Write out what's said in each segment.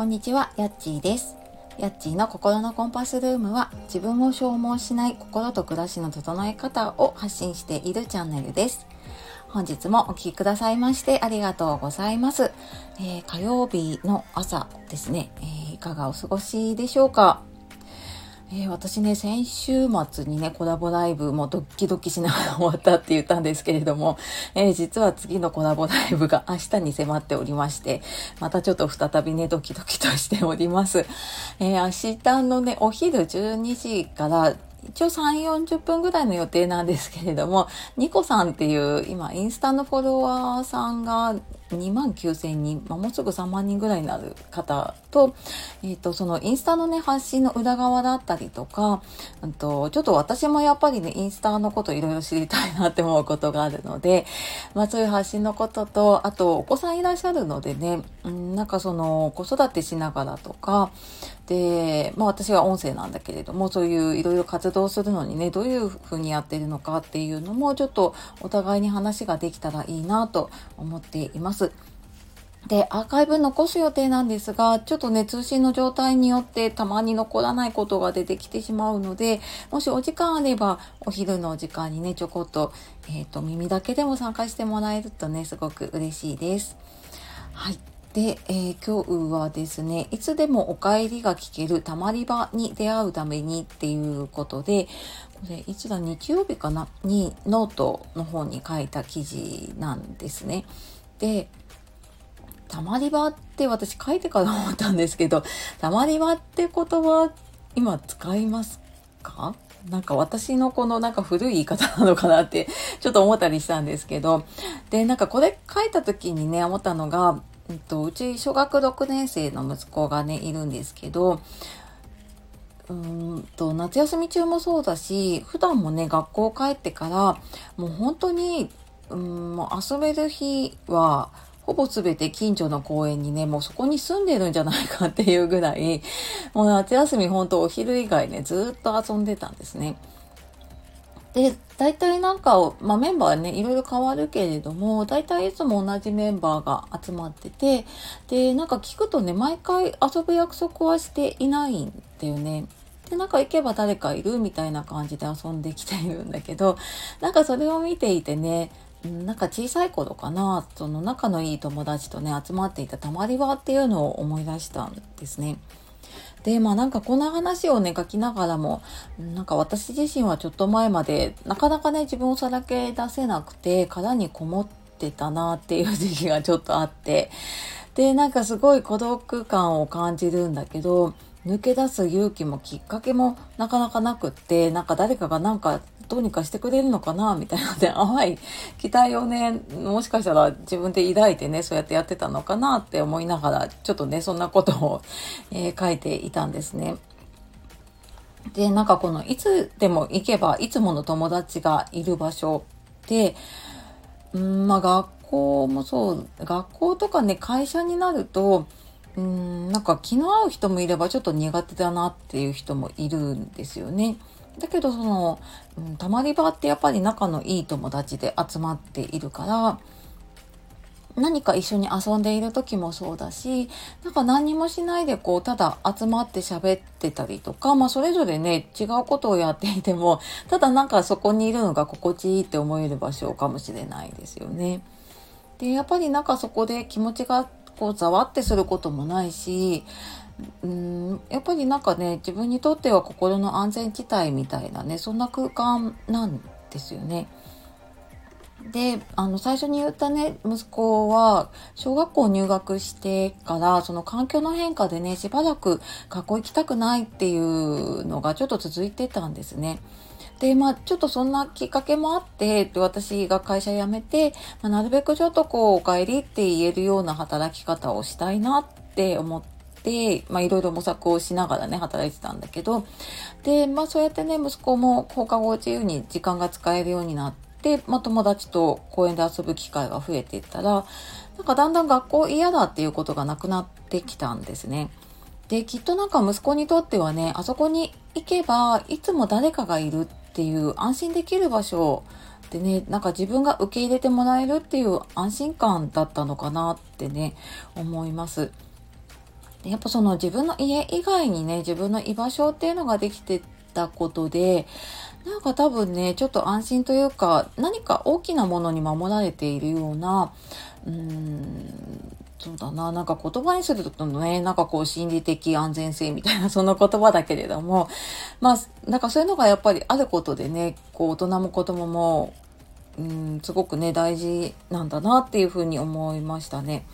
こんにちは、やっちーです。やっちーの心のコンパスルームは、自分を消耗しない心と暮らしの整え方を発信しているチャンネルです。本日もお聞きくださいましてありがとうございます。火曜日の朝ですね、いかがお過ごしでしょうか。私ね、先週末にね、コラボライブもドッキドキしながら終わったって言ったんですけれども、実は次のコラボライブが明日に迫っておりまして、またちょっと再びね、ドキドキとしております。明日のね、お昼12時から一応3、40分ぐらいの予定なんですけれども、ニコさんっていう今インスタのフォロワーさんが29,000人、もうすぐ3万人ぐらいになる方と、そのインスタのね、発信の裏側だったりとか、ちょっと私もやっぱりね、インスタのこといろいろ知りたいなって思うことがあるので、そういう発信のことと、あとお子さんいらっしゃるのでね、なんかその子育てしながらとか、で、私は音声なんだけれども、そういういろいろ活動するのにね、どういうふうにやってるのかっていうのも、ちょっとお互いに話ができたらいいなと思っています。で、アーカイブ残す予定なんですが、ちょっとね、通信の状態によってたまに残らないことが出てきてしまうので、もしお時間あれば、お昼の時間にね、ちょこっと、耳だけでも参加してもらえるとね、すごく嬉しいです。はい。で、今日はですね、いつでもお帰りが聞けるたまり場に出会うためにっていうことで、これいつだ、日曜日かなにノートの方に書いた記事なんですね。で、たまり場って私書いてから思ったんですけど、たまり場って言葉今使いますか？なんか私のこのなんか古い言い方なのかなってちょっと思ったりしたんですけど、で、なんかこれ書いた時にね、思ったのが、うち小学6年生の息子がね、いるんですけど、夏休み中もそうだし、普段もね、学校帰ってから、もう本当に、もう遊べる日は、ほぼ全て近所の公園にね、もうそこに住んでるんじゃないかっていうぐらい、もう夏休み本当お昼以外ね、ずっと遊んでたんですね。で、大体なんか、メンバーはね、いろいろ変わるけれども、大体いつも同じメンバーが集まってて、で、なんか聞くとね、毎回遊ぶ約束はしていないんだよね。で、なんか行けば誰かいるみたいな感じで遊んできているんだけど、なんかそれを見ていてね、なんか小さい頃かな、その仲のいい友達とね、集まっていたたまり場っていうのを思い出したんですね。で、なんかこんな話をね、書きながらも、なんか私自身はちょっと前まで、なかなかね、自分をさらけ出せなくて、殻にこもってたなっていう時期がちょっとあって、で、なんかすごい孤独感を感じるんだけど、抜け出す勇気もきっかけもなかなかなくって、なんか誰かがなんかどうにかしてくれるのかなみたいなね、淡い期待をね、もしかしたら自分で抱いてね、そうやってやってたのかなって思いながら、ちょっとね、そんなことを、書いていたんですね。で、なんかこのいつでも行けばいつもの友達がいる場所で、学校もそう、学校とかね、会社になると、なんか気の合う人もいればちょっと苦手だなっていう人もいるんですよね。だけどその、たまり場ってやっぱり仲のいい友達で集まっているから、何か一緒に遊んでいる時もそうだし、なんか何にもしないでこう、ただ集まって喋ってたりとか、それぞれね、違うことをやっていても、ただなんかそこにいるのが心地いいって思える場所かもしれないですよね。で、やっぱりなんかそこで気持ちがこうざわってすることもないし、やっぱりなんかね、自分にとっては心の安全地帯みたいなね、そんな空間なんですよね。で、最初に言ったね、息子は、小学校入学してから、その環境の変化でね、しばらく学校行きたくないっていうのがちょっと続いてたんですね。で、ちょっとそんなきっかけもあって、私が会社辞めて、なるべくちょっとこう、お帰りって言えるような働き方をしたいなって思って、いろいろ模索をしながらね、働いてたんだけど、で、そうやってね、息子も放課後自由に時間が使えるようになって、友達と公園で遊ぶ機会が増えていったら、なんかだんだん学校嫌だっていうことがなくなってきたんですね。で、きっとなんか息子にとってはね、あそこに行けば、いつも誰かがいるっていう安心できる場所でね、なんか自分が受け入れてもらえるっていう安心感だったのかなってね、思います。 でやっぱその自分の家以外にね、自分の居場所っていうのができてたことで、なんか多分ね、ちょっと安心というか、何か大きなものに守られているような、そうだな、なんか言葉にするとね、なんかこう心理的安全性みたいなその言葉だけれども、まあ、なんかそういうのがやっぱりあることでね、こう大人も子供も、すごくね、大事なんだなっていうふうに思いましたね。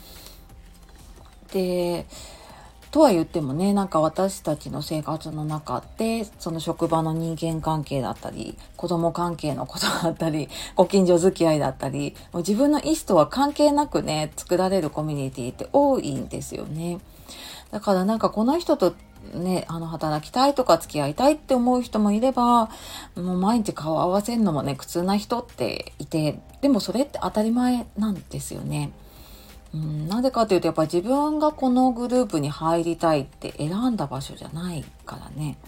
で、とは言ってもね、なんか私たちの生活の中で、その職場の人間関係だったり、子供関係のことだったり、ご近所付き合いだったり、もう自分の意思とは関係なくね、作られるコミュニティって多いんですよね。だからなんかこの人とね、働きたいとか付き合いたいって思う人もいれば、もう毎日顔を合わせるのもね、苦痛な人っていて、でもそれって当たり前なんですよね。なぜかというと、やっぱり自分がこのグループに入りたいって選んだ場所じゃないからね。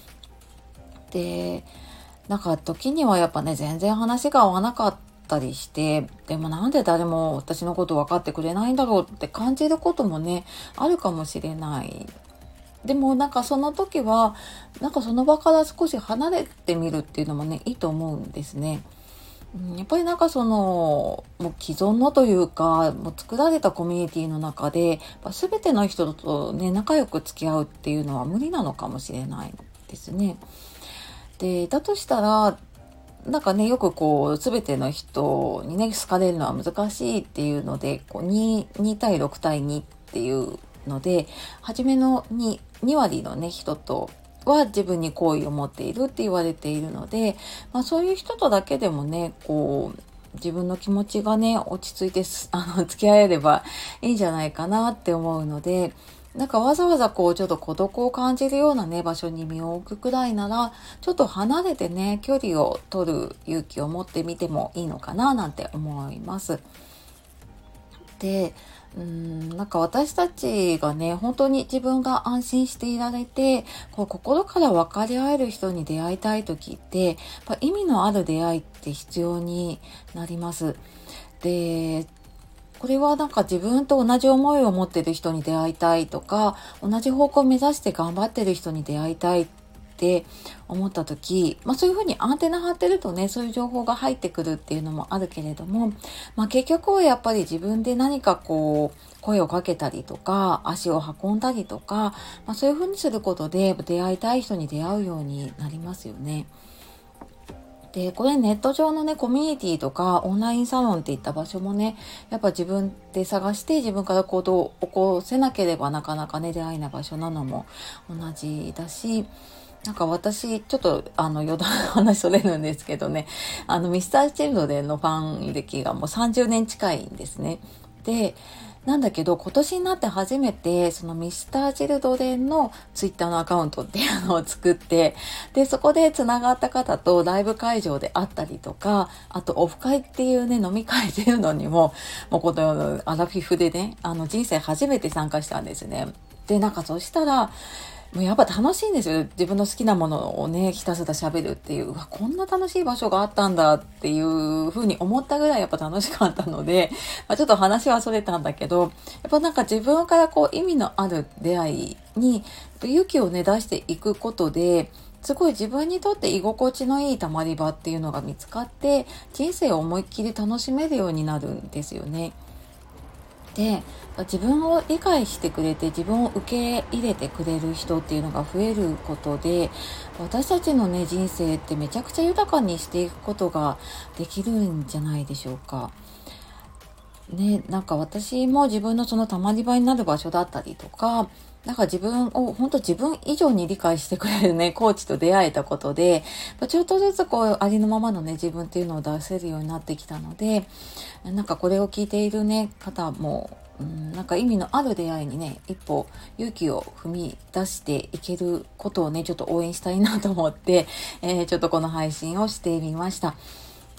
で、なんか時にはやっぱね、全然話が合わなかったりして、でもなんで誰も私のこと分かってくれないんだろうって感じることもね、あるかもしれない。でもなんかその時は、なんかその場から少し離れてみるっていうのもね、いいと思うんですね。やっぱりなんかその、もう既存のというか、もう作られたコミュニティの中で、全ての人とね、仲良く付き合うっていうのは無理なのかもしれないですね。で、だとしたら、なんかね、よくこう、全ての人にね、好かれるのは難しいっていうので、こう2対6対2っていうので、初めの2割のね、人とは自分に好意を持っているって言われているので、そういう人とだけでもね、こう、自分の気持ちがね、落ち着いて付き合えればいいんじゃないかなって思うので、なんかわざわざこうちょっと孤独を感じるようなね場所に身を置くくらいなら、ちょっと離れてね距離を取る勇気を持ってみてもいいのかななんて思います。で、なんか私たちがね本当に自分が安心していられて、こう心から分かり合える人に出会いたい時って、やっぱ意味のある出会いって必要になります。で、これはなんか自分と同じ思いを持ってる人に出会いたいとか、同じ方向を目指して頑張ってる人に出会いたいって思った時、そういうふうにアンテナ張ってるとね、そういう情報が入ってくるっていうのもあるけれども、結局はやっぱり自分で何かこう、声をかけたりとか、足を運んだりとか、そういうふうにすることで出会いたい人に出会うようになりますよね。で、これネット上のね、コミュニティとかオンラインサロンっていった場所もね、やっぱ自分で探して自分から行動を起こせなければなかなかね、出会えない場所なのも同じだし、なんか私、ちょっと余談の話それるんですけどね、ミスターチルドレンのファン歴がもう30年近いんですね。で、なんだけど、今年になって初めて、そのミスターチルドレンのツイッターのアカウントっていうのを作って、で、そこで繋がった方とライブ会場で会ったりとか、あとオフ会っていうね、飲み会っていうのにも、もうこのアラフィフでね、人生初めて参加したんですね。で、なんかそしたら、もうやっぱ楽しいんですよ。自分の好きなものをね、ひたすら喋るっていう、こんな楽しい場所があったんだっていうふうに思ったぐらいやっぱ楽しかったので、ちょっと話はそれたんだけど、やっぱなんか自分からこう意味のある出会いに勇気をね、出していくことで、すごい自分にとって居心地のいいたまり場っていうのが見つかって、人生を思いっきり楽しめるようになるんですよね。で、自分を理解してくれて自分を受け入れてくれる人っていうのが増えることで、私たちのね人生ってめちゃくちゃ豊かにしていくことができるんじゃないでしょうか。ね、なんか私も自分のそのたまり場になる場所だったりとか、なんか自分を本当自分以上に理解してくれるね、コーチと出会えたことで、ちょっとずつこうありのままのね、自分っていうのを出せるようになってきたので、なんかこれを聞いているね、方も、なんか意味のある出会いにね、一歩勇気を踏み出していけることをね、ちょっと応援したいなと思って、ちょっとこの配信をしてみました。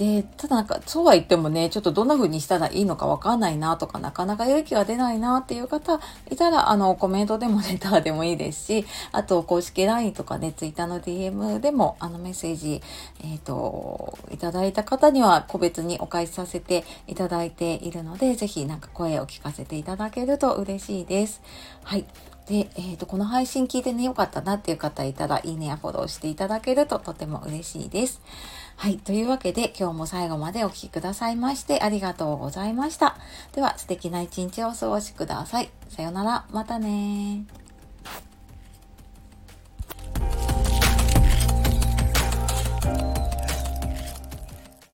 で、ただなんか、そうは言ってもね、ちょっとどんな風にしたらいいのかわかんないなとか、なかなか勇気が出ないなっていう方いたら、コメントでもレターでもいいですし、あと、公式 LINE とかね、Twitter の DM でも、メッセージ、いただいた方には個別にお返しさせていただいているので、ぜひなんか声を聞かせていただけると嬉しいです。はい。で、この配信聞いてね、よかったなっていう方いたら、いいねやフォローしていただけるととても嬉しいです。はい。というわけで、今日も最後までお聞きくださいましてありがとうございました。では、素敵な一日をお過ごしください。さようなら。またね。